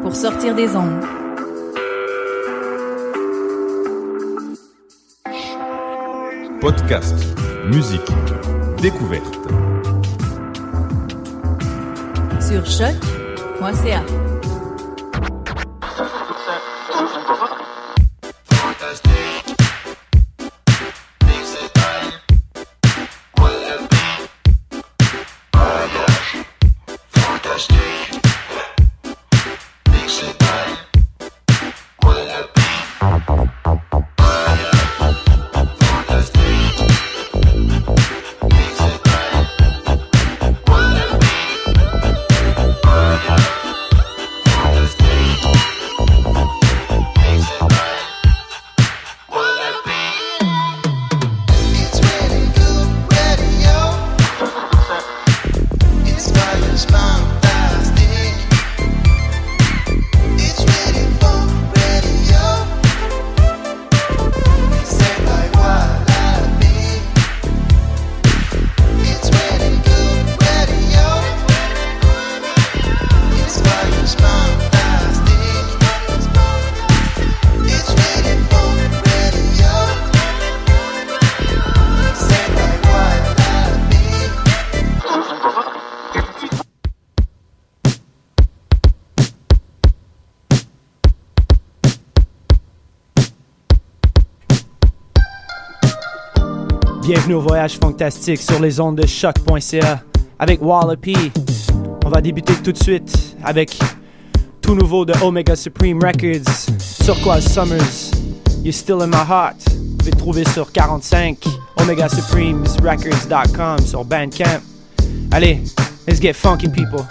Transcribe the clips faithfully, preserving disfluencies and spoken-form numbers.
pour sortir des ondes. Podcast, musique, découverte. Sur choc point c a. Bienvenue au voyage fantastique sur les ondes de choc point c a avec Wallopy. On va débuter tout de suite avec tout nouveau de Omega Supreme Records, Turquoise Summers, You're Still in My Heart. Vous pouvez le trouver sur quarante-cinq, omega supremes records dot com sur Bandcamp. Allez, let's get funky, people.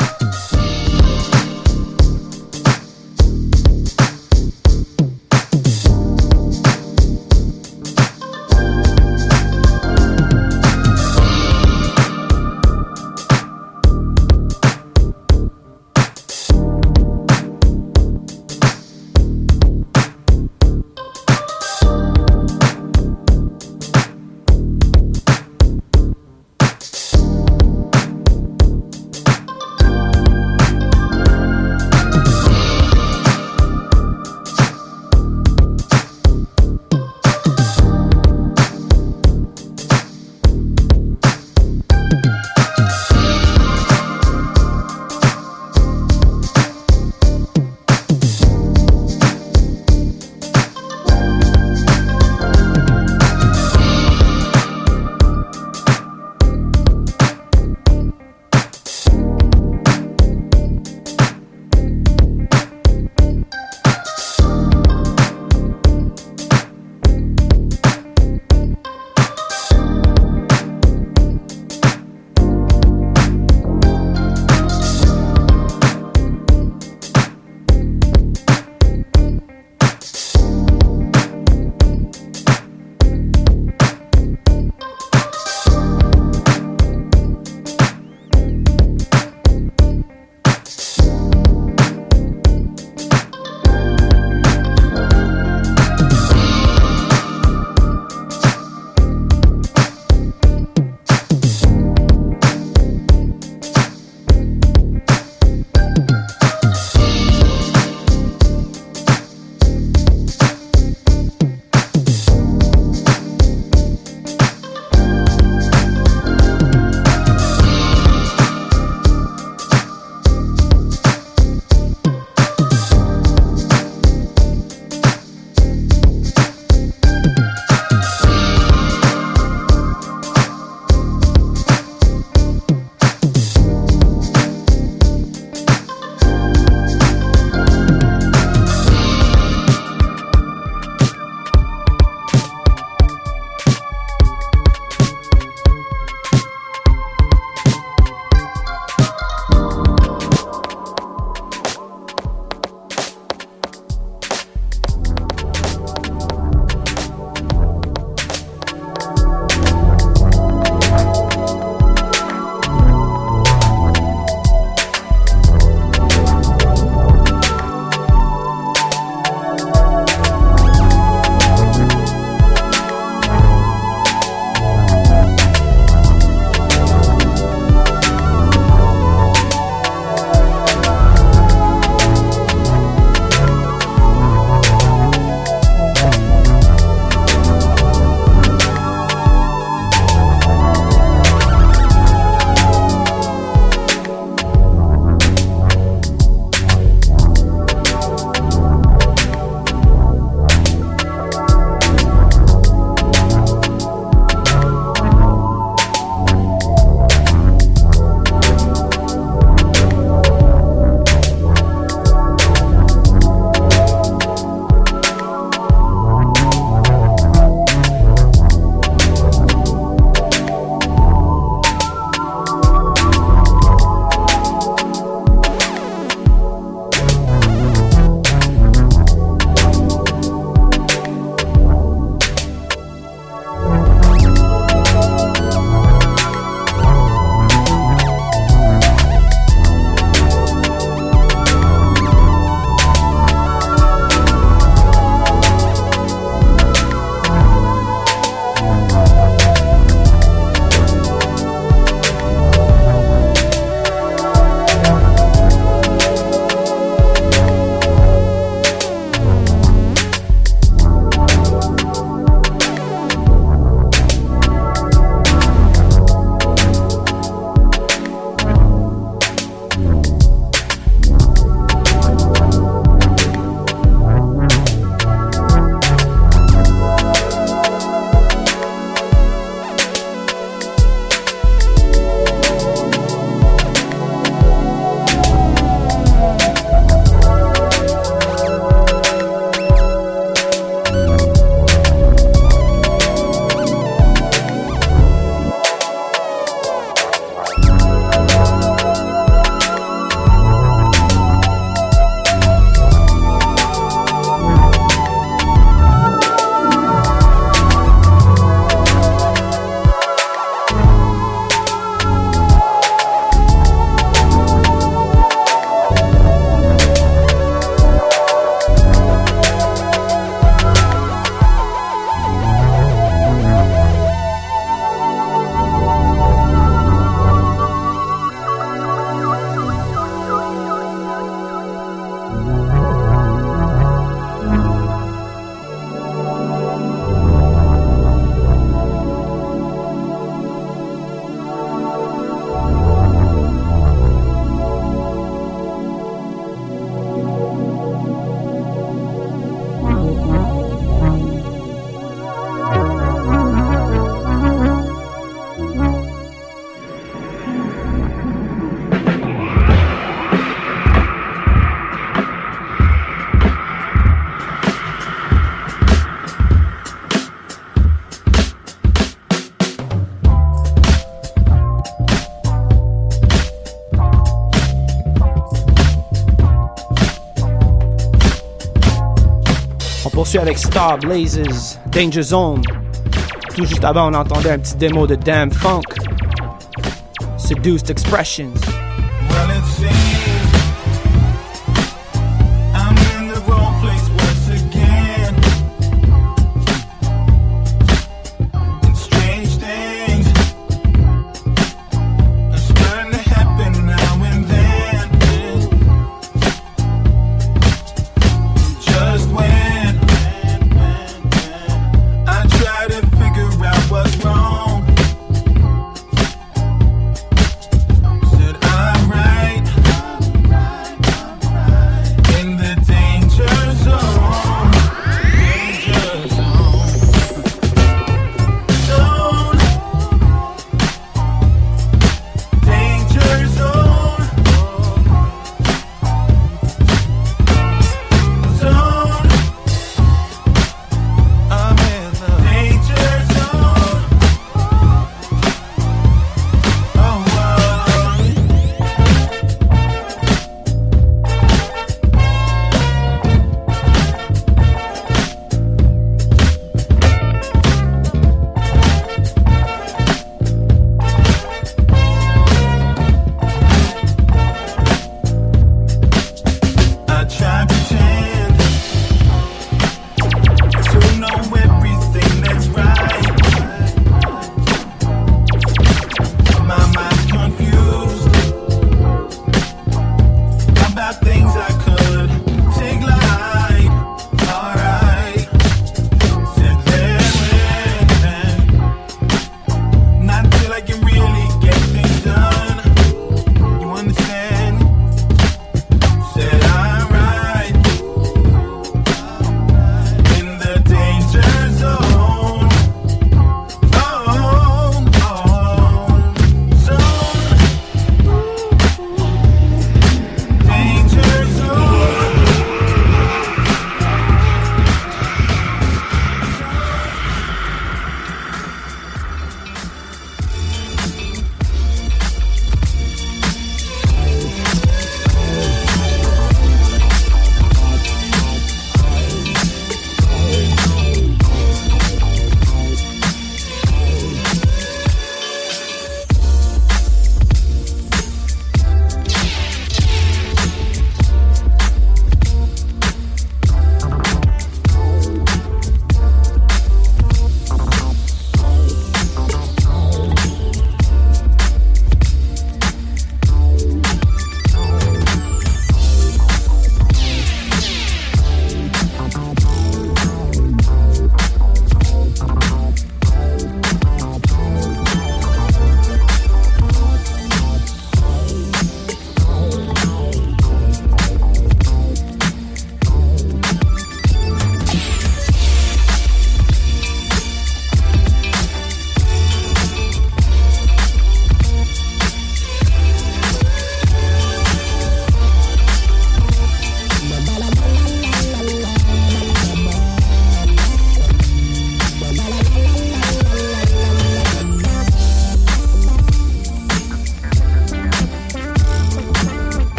poursuit avec Star Blazes, Danger Zone. Tout juste avant, on entendait un petit démo de Damn Funk, Seduced Expressions. Well, it seems I'm in the wrong place once again, and strange things are starting to happen now and then. Just when I try to figure out what's wrong, said I'm right in the danger zone, danger zone, zone, danger zone, zone. I'm in the danger zone. Oh, wow. I try to pretend to know everything that's right. My mind's confused about things I could take light. Alright, said there when not till I can really get things done. You understand? Said I'm right in the danger zone. Oh, oh, zone, danger zone.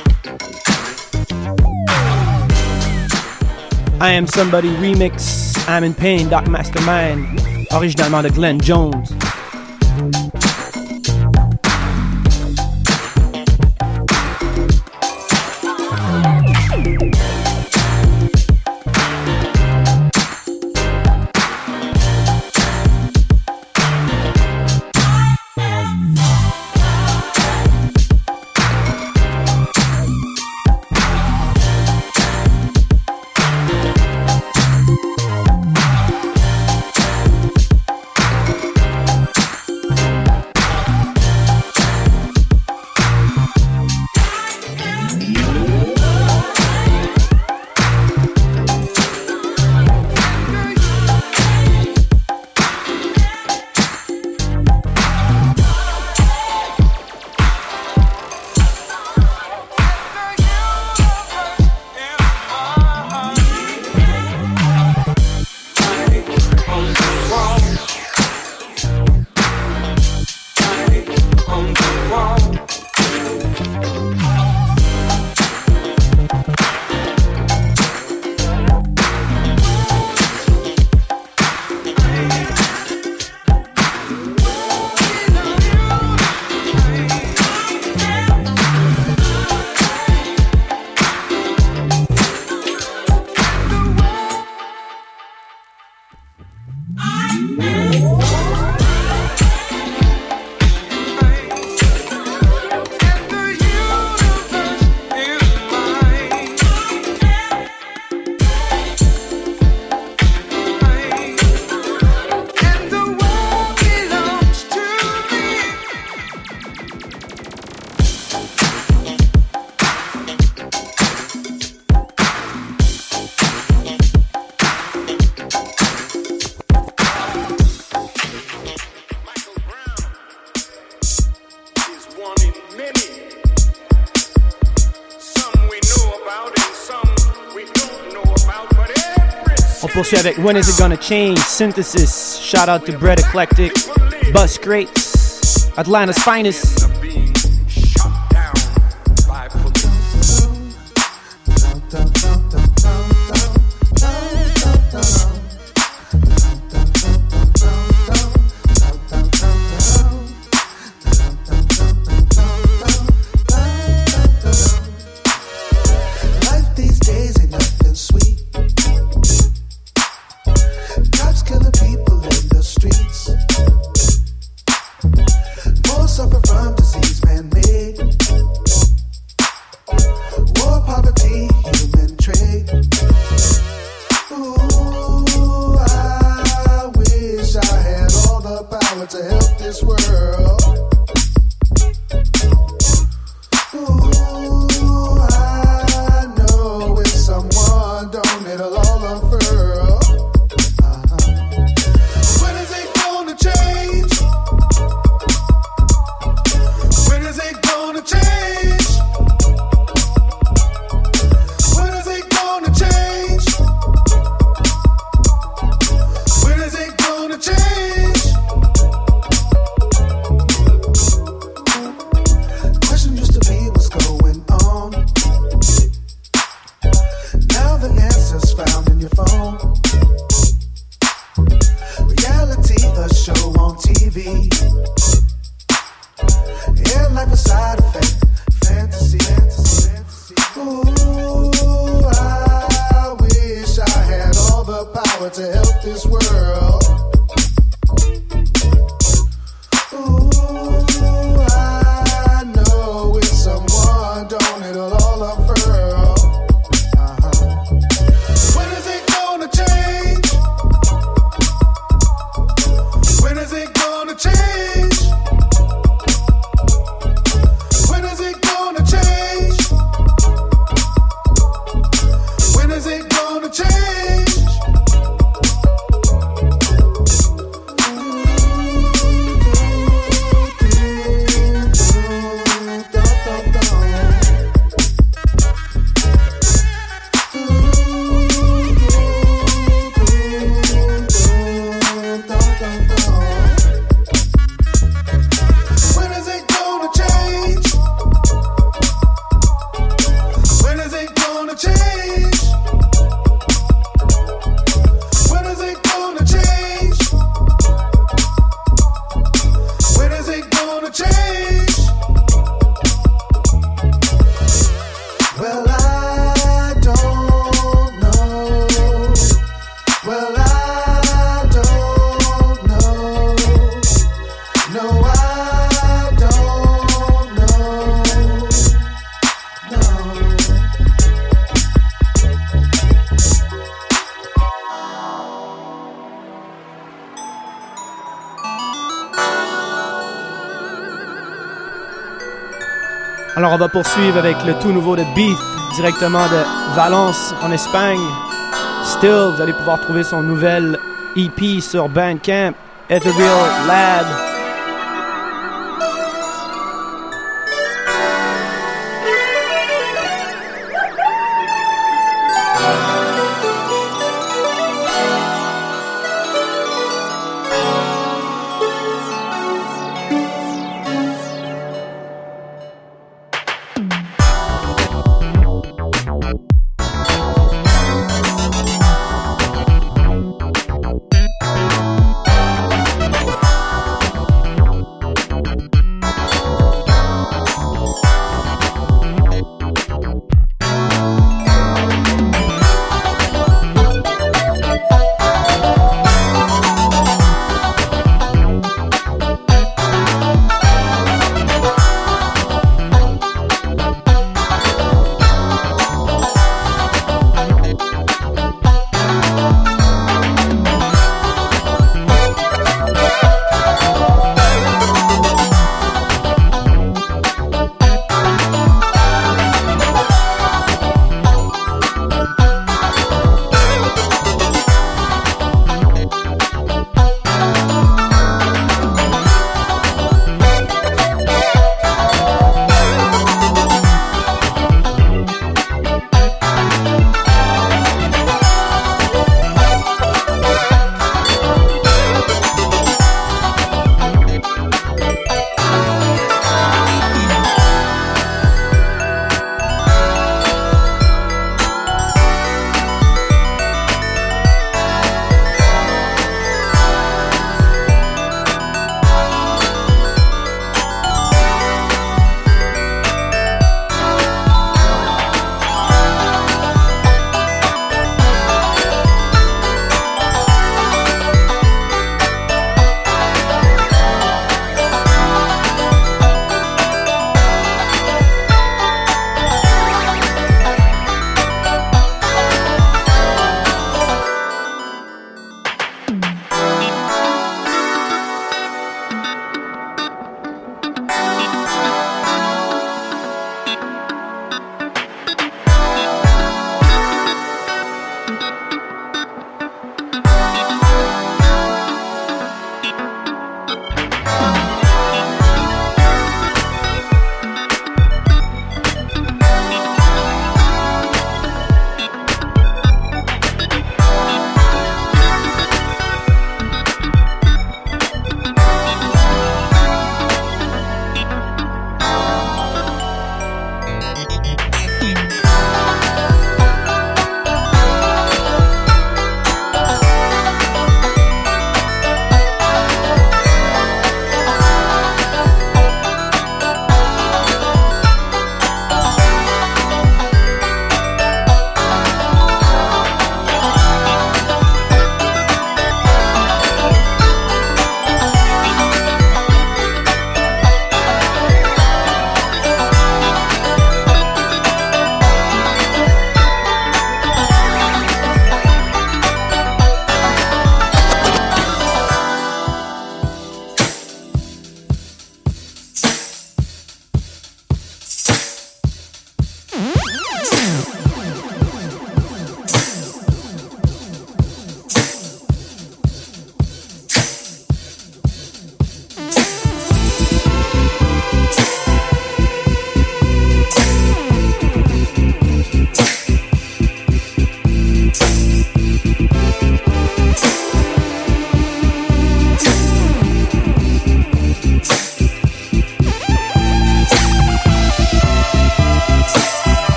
I Am Somebody remix I'm in Pain, Dark Mastermind, originalement de Glenn Jones. On poursuit avec When Is It Gonna Change, Synthesis, shout out to Bread Eclectic, Bus Greats, Atlanta's finest. Change. Alors on va poursuivre avec le tout nouveau de Beef, directement de Valence en Espagne. Still, vous allez pouvoir trouver son nouvel E P sur Bandcamp, Ethereal Lab.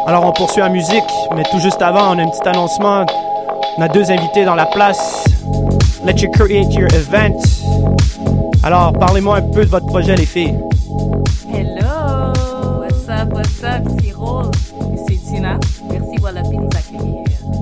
Alors on poursuit en musique, mais tout juste avant, on a un petit annoncement. On a deux invités dans la place. Let you create your event. Alors, parlez-moi un peu de votre projet, les filles. Hello! What's up, what's up? C'est Rose. C'est Tina. Merci Wallaby de nous accueillir.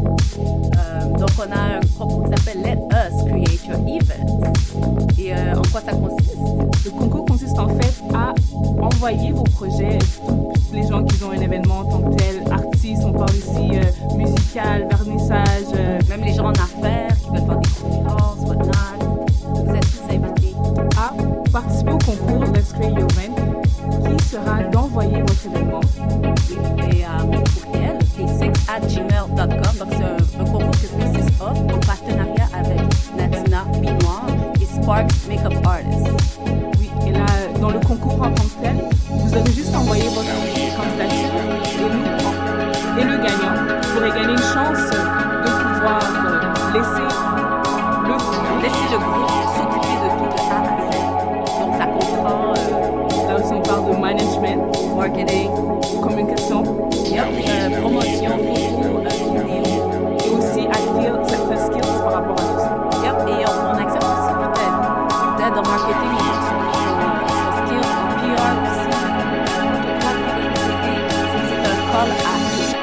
Euh, donc, on a un concours qui s'appelle Let Us Create Your Event. Et euh, en quoi ça consiste? Le concours consiste en fait à envoyer vos projets, tous les gens qui ont un événement en tant que tel, artistes, on parle ici euh, musical, vernissage, euh, Même les gens en affaires qui veulent faire des conférences, whatnot. Vous êtes tous invités. à participer au concours Let's Create Your Event, qui sera d'envoyer votre événement. Et à mon courriel, p six at gmail dot com. Donc, c'est un, un concours que p six offre en partenariat avec Natina Binoir et Sparks Makeup Artists. Oui, et là, dans le concours en tant que tel, vous avez juste envoyé votre candidature et nous, on- et le gagnant pourrait gagner une chance de pouvoir euh, laisser le Laissez le groupe s'occuper de tout de A à Z. Donc, ça comprend euh, là aussi on parle de management, marketing, communication yep, euh, promotion, photo, euh, vidéo. et aussi acquérir certains skills par rapport à tout ça. Yep, et on, on accepte aussi peut-être peut-être en marketing, les gens sont, sont, sont skills, en P R aussi, photographe, c'est c'est un call à action.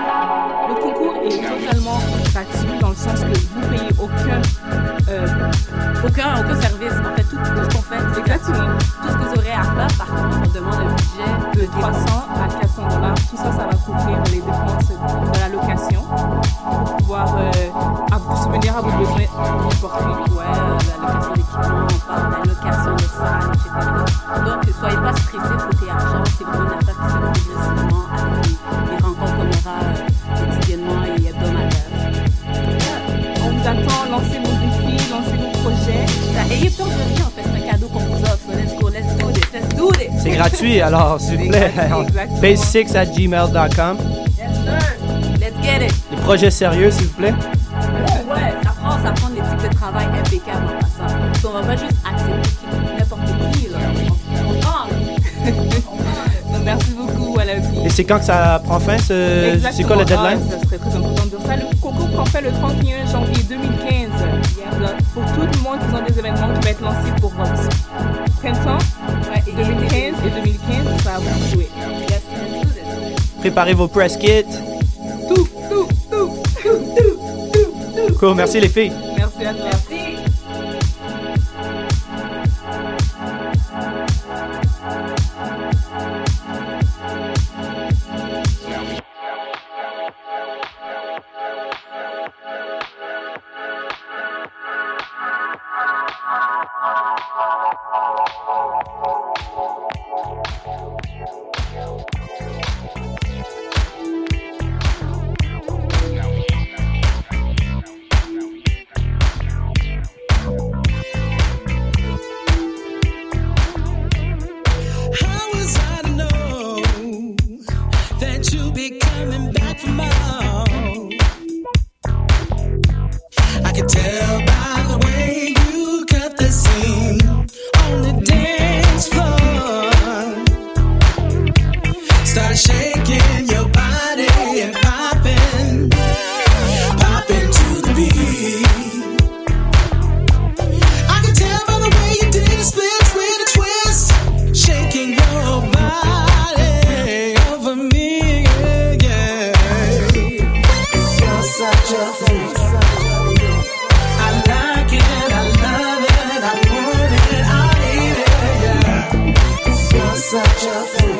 Le concours est totalement gratuit dans le sens que vous ne payez aucun euh, Aucun, aucun service. En fait, tout, tout ce qu'on fait, c'est gratuit. Tout ce que vous aurez à faire, par contre, on demande un budget de trois cents à quatre cents dollars. Tout ça, ça va couvrir les dépenses de la location pour pouvoir euh, à vous subvenir à vos besoins importants. Ouais, la location d'équipement, on parle de la location de salles, et cetera. Donc, ne soyez pas stressés côté argent. C'est vraiment une affaire qui se fait progressivement avec les, les rencontres qu'on aura euh, quotidiennement et hebdomadaires. On vous attend, lancez vos défis, lancez vos projets. Ayez peur de rien, en fait, c'est un cadeau qu'on vous offre. Let's go, let's do this, let's do this. C'est gratuit, alors s'il vous plaît. Exactement. base six at gmail dot com. Yes, sir. Let's get it. Les projets sérieux, s'il vous plaît. Oh, ouais, ça prend, ça prend une éthique de travail impeccable en passant. So, on va pas juste accepter qui- n'importe qui, là. On, on prend. Donc, merci beaucoup à la vie. Et c'est quand que ça prend fin, ce... c'est quoi le deadline? Ah, ça serait très important de dire ça. Le concours prend fin le trente et un janvier deux mille quinze. Yeah. Pour tout le monde qui ont des événements qui vont être lancés pour euh, printemps Ouais, et deux mille quinze et deux mille quinze, ça va vous jouer. Yes, let's do this. Préparez vos press kits. Tout, tout, tout, tout, tout, tout, tout. Cool, merci les filles. Merci à toi. Merci. How was I to know that you'll be coming back for more? I could tell by the way you cut the scene on the dance floor. Started shaking your body and popping, popping to the beat. I could tell by the way you did the splits with a twist, shaking your body over me, yeah, yeah. You're such a freak. I like it, I love it, I want it, I need it, yeah. You're such a freak.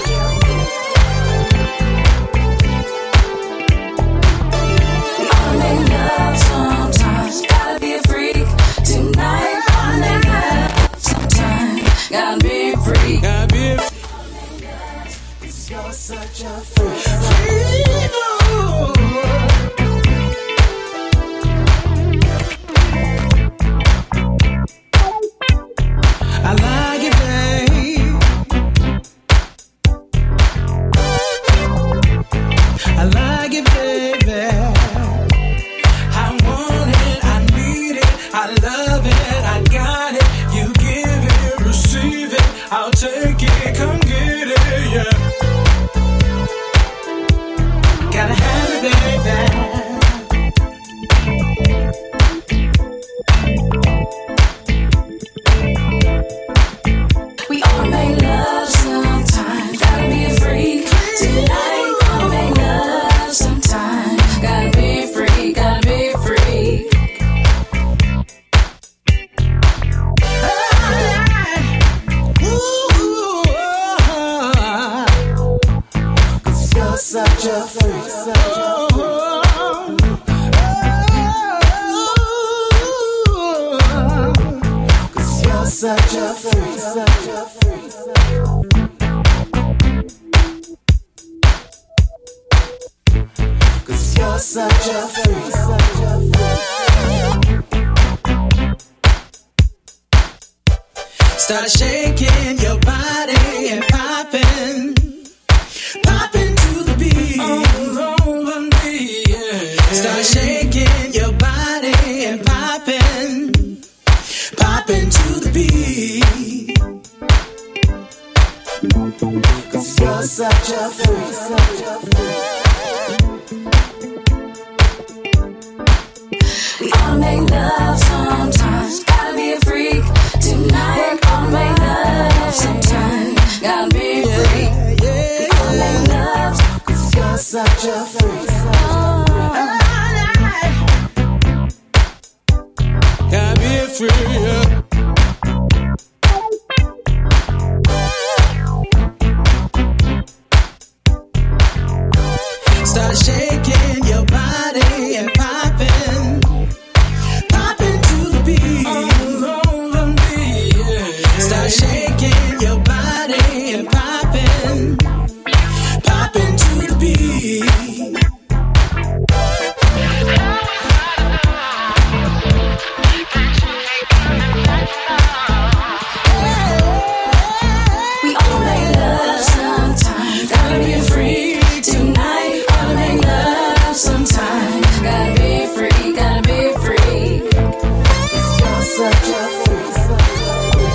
I'm in love sometimes, gotta be a freak tonight. I'm in love sometimes, gotta be a freak. Gotta be a You're such a freak. freak, oh. I like it, babe. I like it, baby. I want it, I need it, I love it, I got it. You give it, receive it. a freak. Cause you're such a freak, such a freak. Cause you're such a freak, such a freak. Start shaking your body and popping, popping to the beat. Oh, yeah. Start shaking your body and popping, popping to the beat. Cause you're such a freak, such a freak. We all make love sometimes, gotta be a freak tonight. All make love sometimes, gotta be a freak. We all make love, cause you're such a freak. Gotta be a freak. Start shaking your body and popping, popping to the beat. Start shaking your body and popping, popping to the beat. we all make love sometimes, gotta be a freak tonight. All make love sometimes, gotta be a freak, gotta be a freak. You're such a freak, such a freak.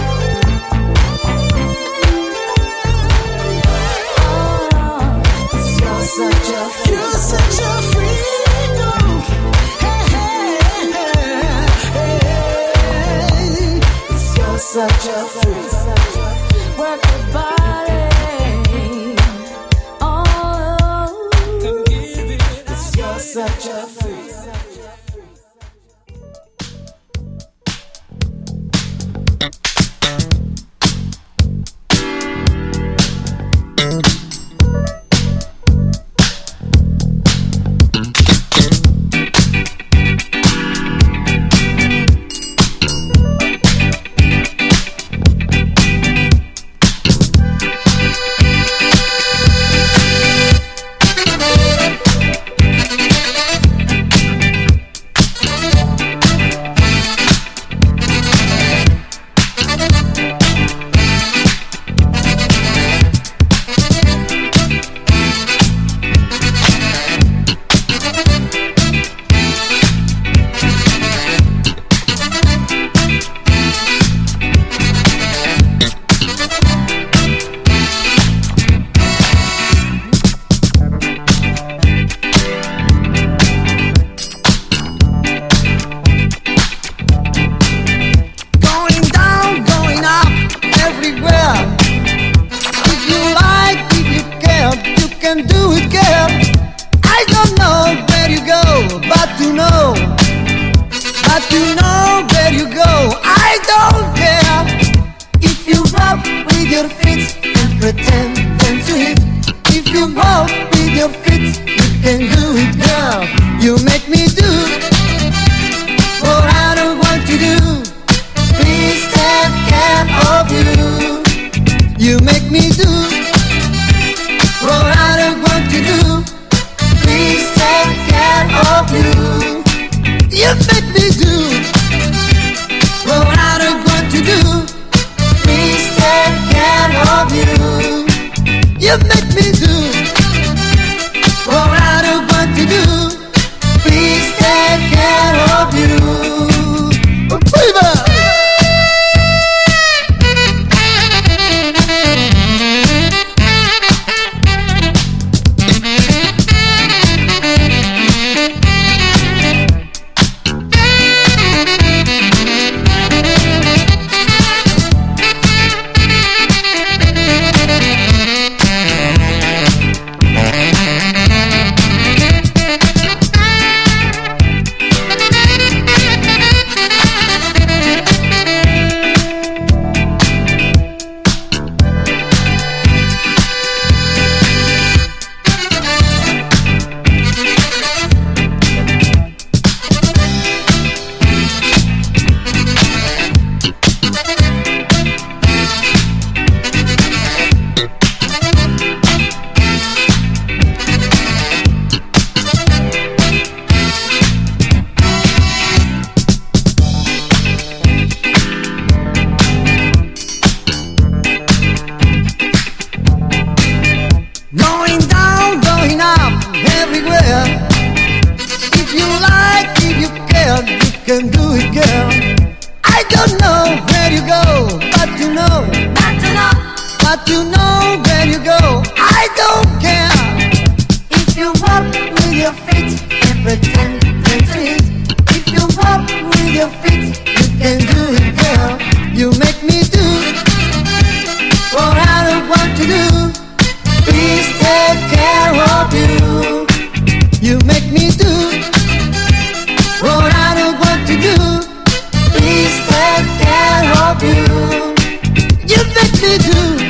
You're such a freak. You're such a freak. Oh. Hey, hey, hey, hey. You're such a freak, such a freak. Work your body. Oh, Come give it. You're such a freak, such a freak. Going down, going up, everywhere. If you like, if you care, you can do it, girl. I don't know where you go, but to know, but to know where you go. I don't care if you walk with your feet and pretend them to hit. If you walk with your feet, you can do it, girl. You make me do what I don't want to do. Please take care of you. You make me do what I don't want to do. Please take care of you. You make me do what I don't want to do. Please take care of you. but you know, Got to know but you know where you go. I don't care if you walk with your feet and pretend to it. If you walk with your feet, you can do it, girl. You make me do what I don't want to do. Please take care of you. You make me do what I don't want to do. Please take care of you. You make me do.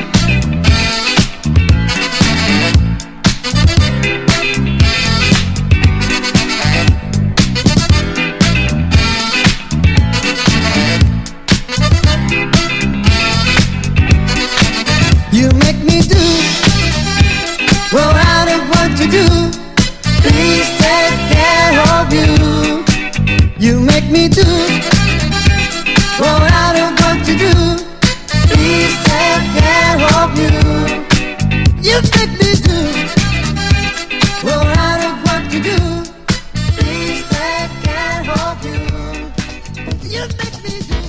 You make me do what I don't want to do. Please take care of you. You make me do what I don't want to do. Please take care of you. You make me do what I don't want to do. Please take care of you. You make me do.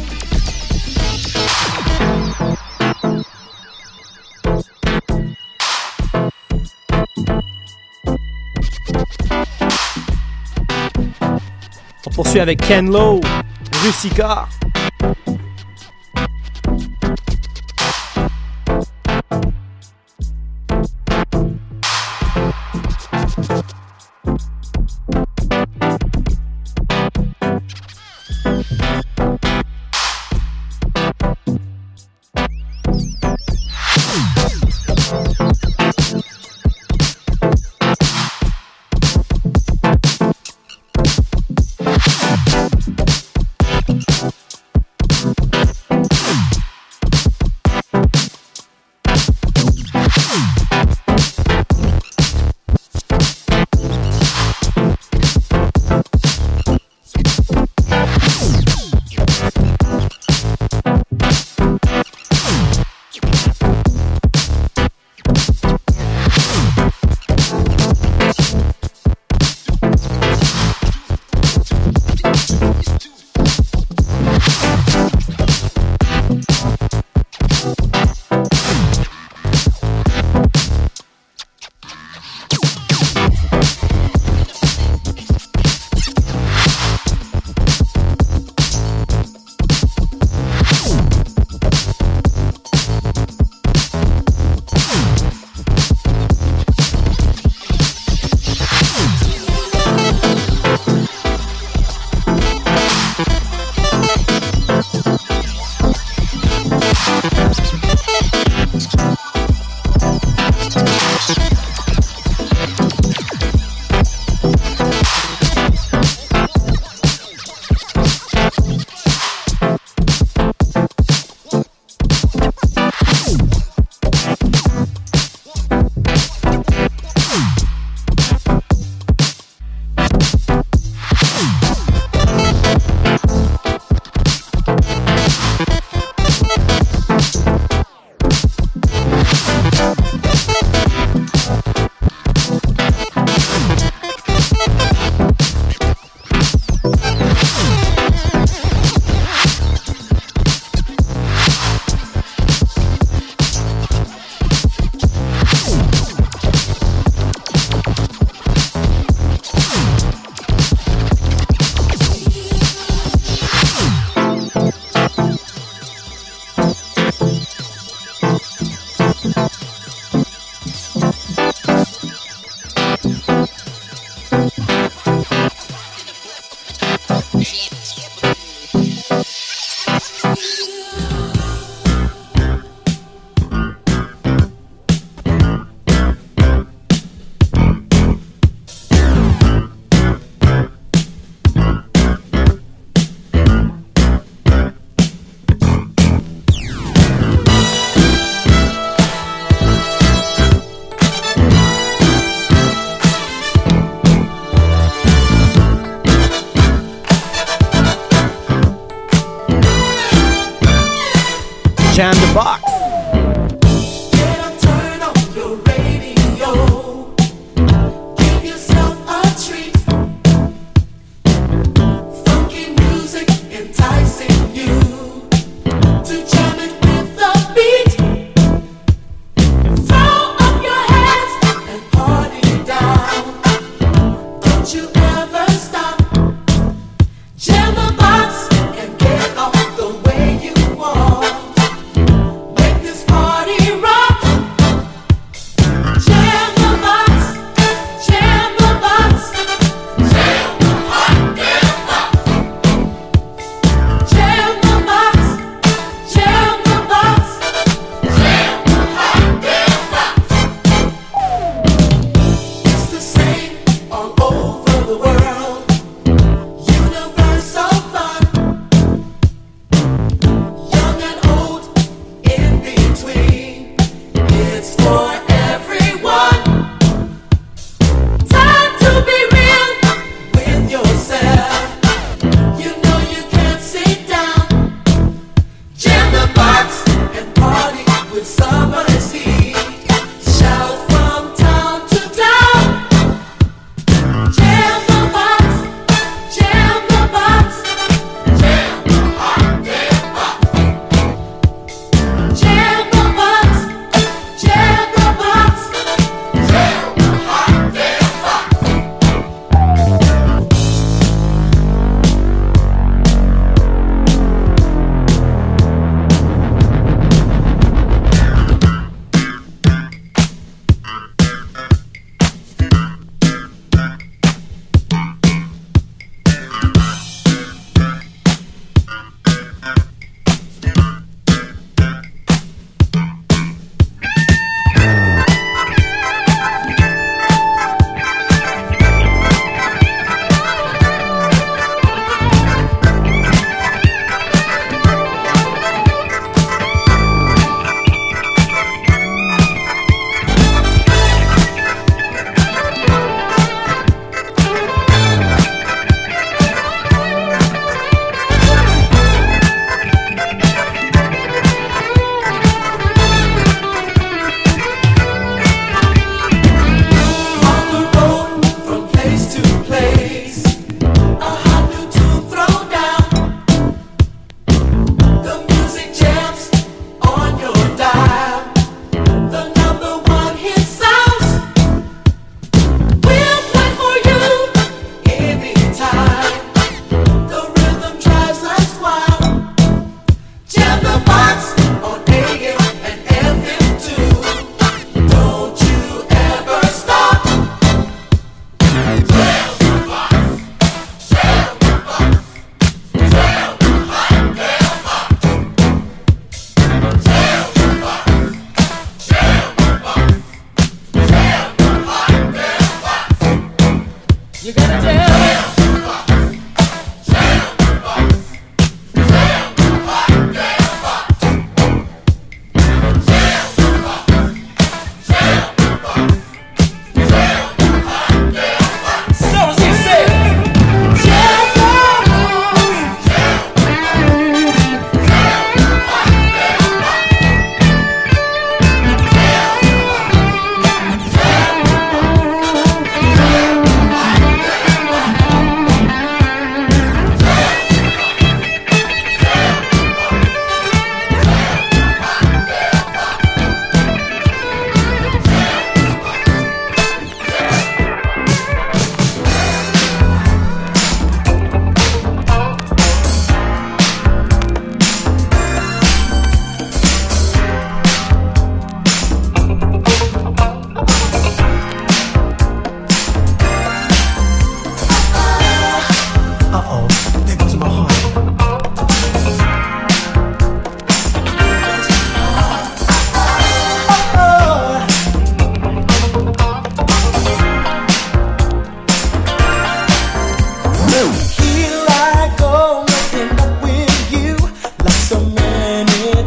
On poursuit avec Ken Lo, Rusica. Jam the Box. Enticing you to jam it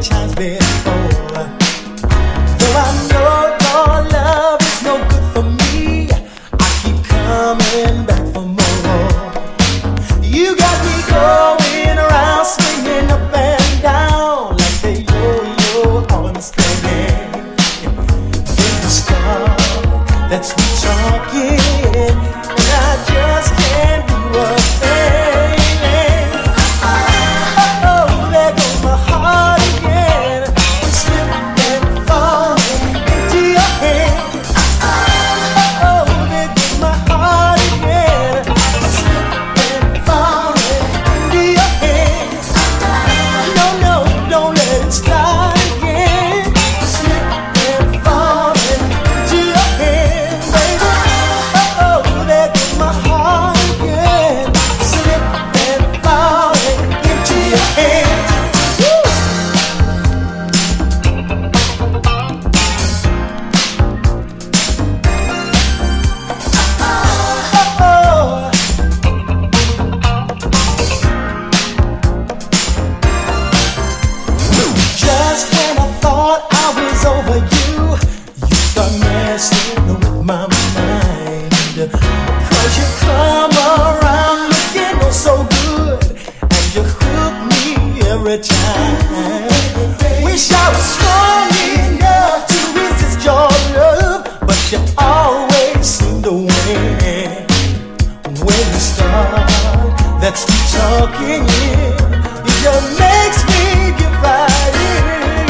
times before. Though I know your love is no good for me, I keep coming back for more. You got me going around, swinging up and down like the yo-yo on a string. In the star, that's me talking, and I just can't do a thing. Oh, there goes my heart again, slipping and falling into your hands. Oh, there goes my heart again, slipping and falling into your hands. No, no, don't let it slide again, slipping and falling into your hands, baby. Oh, there goes my heart again, slipping and falling into your hands. Woo! Oh, just when I thought I was over you, you start messing with my mind. Cause you come around looking oh so good, and you hook me every time. Wish I was strong enough to resist your love, but you always seem to win. When you start, that's me talking in, it just makes me get right in.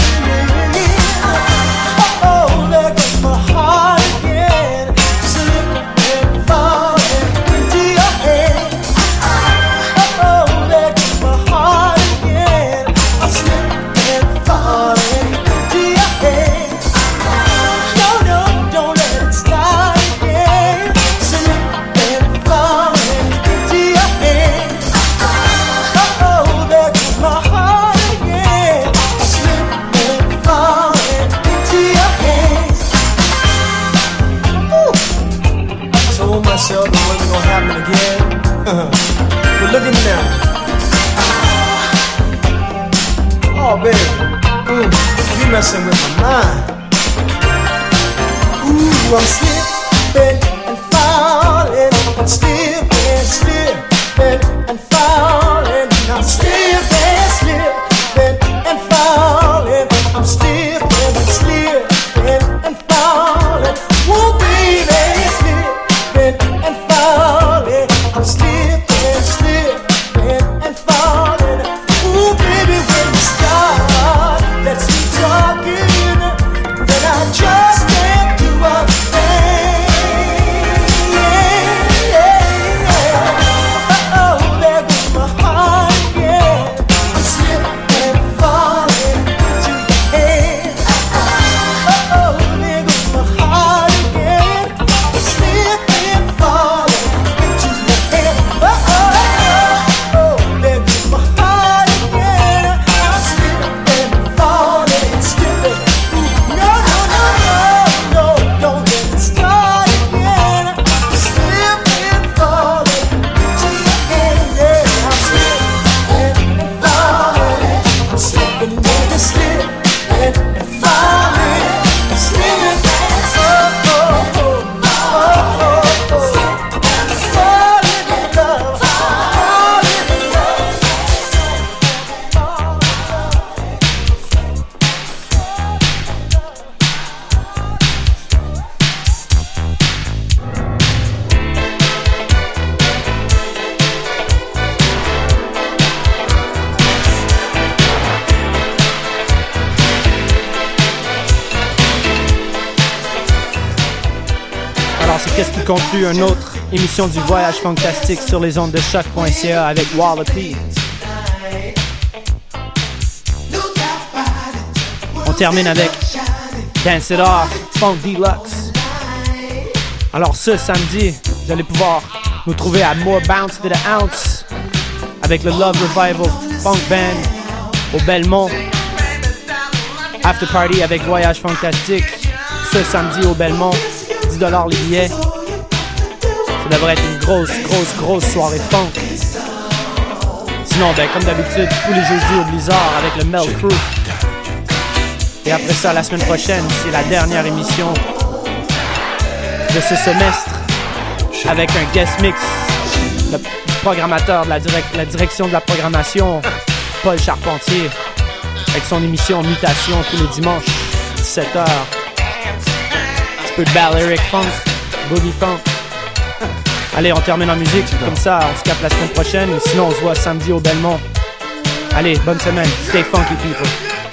Oh, there goes my heart again, slipping and falling into your hands. Oh, there goes my heart again, I'm slipping and falling into your hands. No, no, don't let it slide again, slipping and falling into your hands. Oh, there goes my heart again, slipping and falling into your hands. Ooh. I told myself it wasn't gonna happen again. But look at me now. Oh, baby, mm, you messing with my mind. Ooh, I'm slipping and falling, I'm slipping, slipping and falling. I'm slipping, slipping and falling. I'm slipping, slipping and falling. Woo, baby, slipping and falling. I'm slipping, slipping and falling. Ooh, baby, when you start, that's me talking, then I just can't do a thing. Yeah, yeah, yeah. Oh, there goes my heart again, I'm slipping and falling into your hands. Oh, there goes my heart again, I'm slipping and falling into your hands. Oh, oh, oh, there goes my heart again, I'm slipping and falling, slipping. Ooh, no, no, no, no, no, don't let it start again. Slipping and falling into your hands, yeah. I'm slipping and falling, I'm slipping and slipping and falling, slipping and oh, oh, oh, oh, oh, oh. Falling in love, falling in love. Alors, c'est qu'est-ce qui conclut une autre émission du Voyage Fantastique sur les ondes de choc point c a avec Wallopy. On termine avec Dance It Off, Funk Deluxe. Alors ce samedi, vous allez pouvoir nous trouver à More Bounce to the Ounce avec le Love Revival Funk Band au Belmont. After Party avec Voyage Fantastique ce samedi au Belmont, dix dollars les billets. Ça devrait être une grosse, grosse, grosse soirée funk. Sinon, ben, comme d'habitude, tous les jeudis au Blizzard avec le Mel Crew. Et après ça, la semaine prochaine, c'est la dernière émission de ce semestre avec un guest mix le, du programmateur de la, direct, la direction de la programmation, Paul Charpentier, avec son émission Mutation tous les dimanches, dix-sept heures. Un petit peu de Balearic Funk, Boogie Funk. Allez, on termine en musique, comme ça, on se capte la semaine prochaine, et sinon on se voit samedi au Belmont. Allez, bonne semaine. Stay funky, people.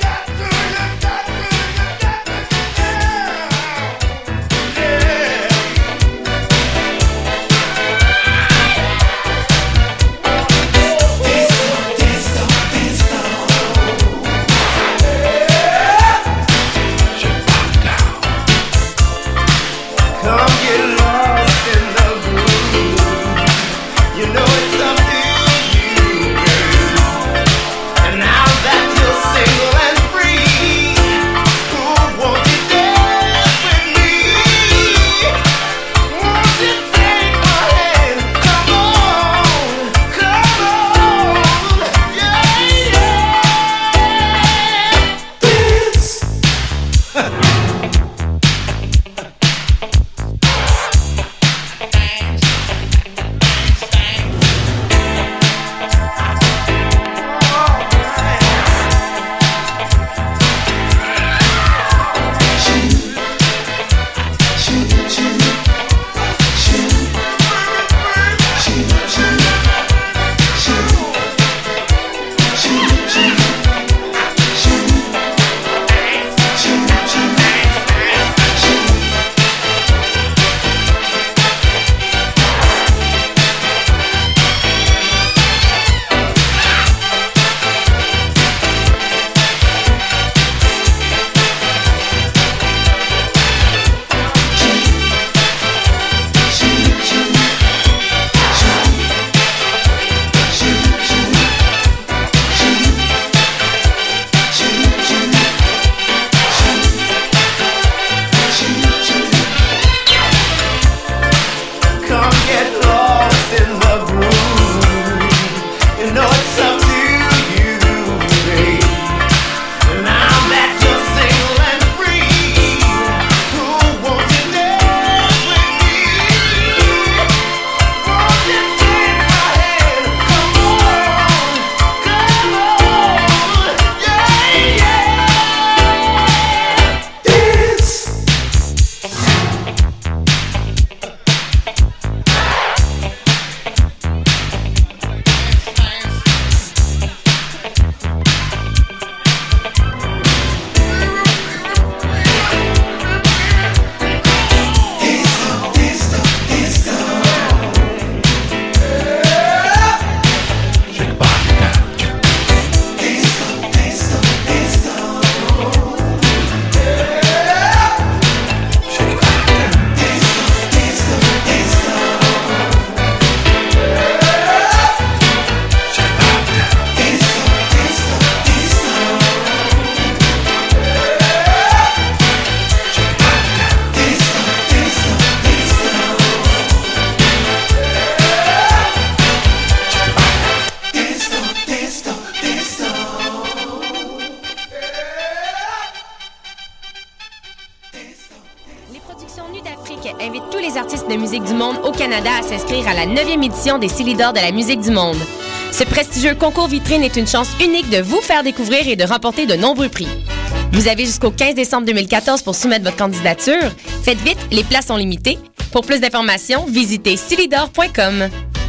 invite tous les artistes de musique du monde au Canada à s'inscrire à la neuvième édition des Silidor de la musique du monde. Ce prestigieux concours vitrine est une chance unique de vous faire découvrir et de remporter de nombreux prix. Vous avez jusqu'au quinze décembre deux mille quatorze pour soumettre votre candidature. Faites vite, les places sont limitées. Pour plus d'informations, visitez silidor point com.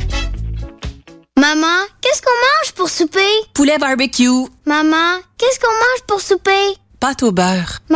Maman, qu'est-ce qu'on mange pour souper? Poulet barbecue. Maman, qu'est-ce qu'on mange pour souper? Pâte au beurre.